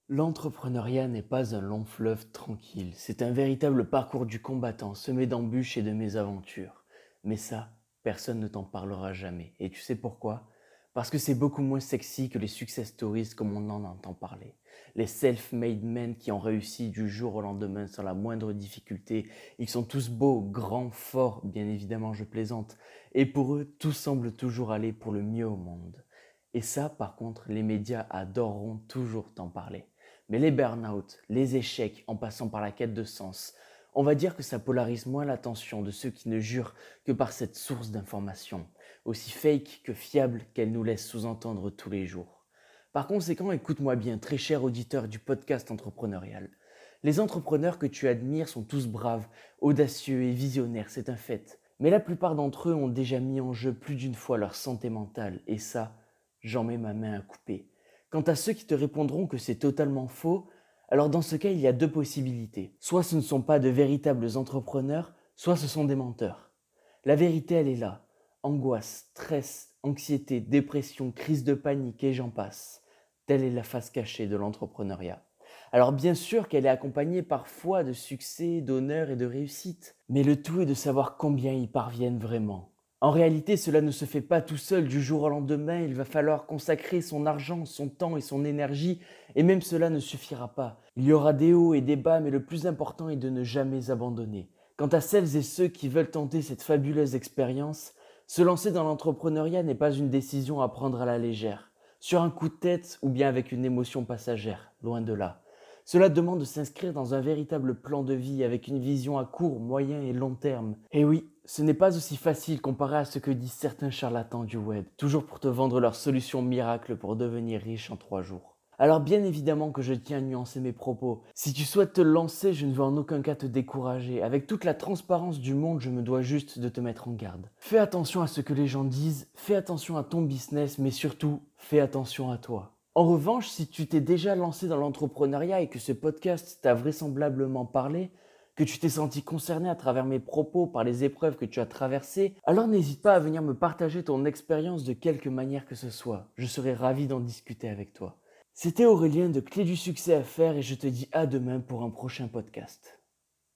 L'entrepreneuriat n'est pas un long fleuve tranquille, c'est un véritable parcours du combattant semé d'embûches et de mésaventures. Mais ça, personne ne t'en parlera jamais. Et tu sais pourquoi? Parce que c'est beaucoup moins sexy que les success stories comme on en entend parler. Les self-made men qui ont réussi du jour au lendemain sans la moindre difficulté, ils sont tous beaux, grands, forts, bien évidemment je plaisante. Et pour eux, tout semble toujours aller pour le mieux au monde. Et ça, par contre, les médias adoreront toujours t'en parler. Mais les burn-out, les échecs en passant par la quête de sens, on va dire que ça polarise moins l'attention de ceux qui ne jurent que par cette source d'information, aussi fake que fiable qu'elle nous laisse sous-entendre tous les jours. Par conséquent, écoute-moi bien, très cher auditeur du podcast entrepreneurial. Les entrepreneurs que tu admires sont tous braves, audacieux et visionnaires, c'est un fait. Mais la plupart d'entre eux ont déjà mis en jeu plus d'une fois leur santé mentale, et ça, j'en mets ma main à couper. Quant à ceux qui te répondront que c'est totalement faux, alors dans ce cas, il y a deux possibilités. Soit ce ne sont pas de véritables entrepreneurs, soit ce sont des menteurs. La vérité, elle est là. Angoisse, stress, anxiété, dépression, crise de panique et j'en passe. Telle est la face cachée de l'entrepreneuriat. Alors bien sûr qu'elle est accompagnée parfois de succès, d'honneur et de réussite, mais le tout est de savoir combien ils parviennent vraiment. En réalité, cela ne se fait pas tout seul du jour au lendemain, il va falloir consacrer son argent, son temps et son énergie, et même cela ne suffira pas. Il y aura des hauts et des bas, mais le plus important est de ne jamais abandonner. Quant à celles et ceux qui veulent tenter cette fabuleuse expérience, se lancer dans l'entrepreneuriat n'est pas une décision à prendre à la légère, sur un coup de tête ou bien avec une émotion passagère, loin de là. Cela demande de s'inscrire dans un véritable plan de vie avec une vision à court, moyen et long terme. Et oui, ce n'est pas aussi facile comparé à ce que disent certains charlatans du web, toujours pour te vendre leur solution miracle pour devenir riche en 3 jours. Alors bien évidemment que je tiens à nuancer mes propos. Si tu souhaites te lancer, je ne veux en aucun cas te décourager. Avec toute la transparence du monde, je me dois juste de te mettre en garde. Fais attention à ce que les gens disent, fais attention à ton business, mais surtout, fais attention à toi. En revanche, si tu t'es déjà lancé dans l'entrepreneuriat et que ce podcast t'a vraisemblablement parlé, que tu t'es senti concerné à travers mes propos par les épreuves que tu as traversées, alors n'hésite pas à venir me partager ton expérience de quelque manière que ce soit. Je serai ravi d'en discuter avec toi. C'était Aurélien de Clé du Succès à faire et je te dis à demain pour un prochain podcast.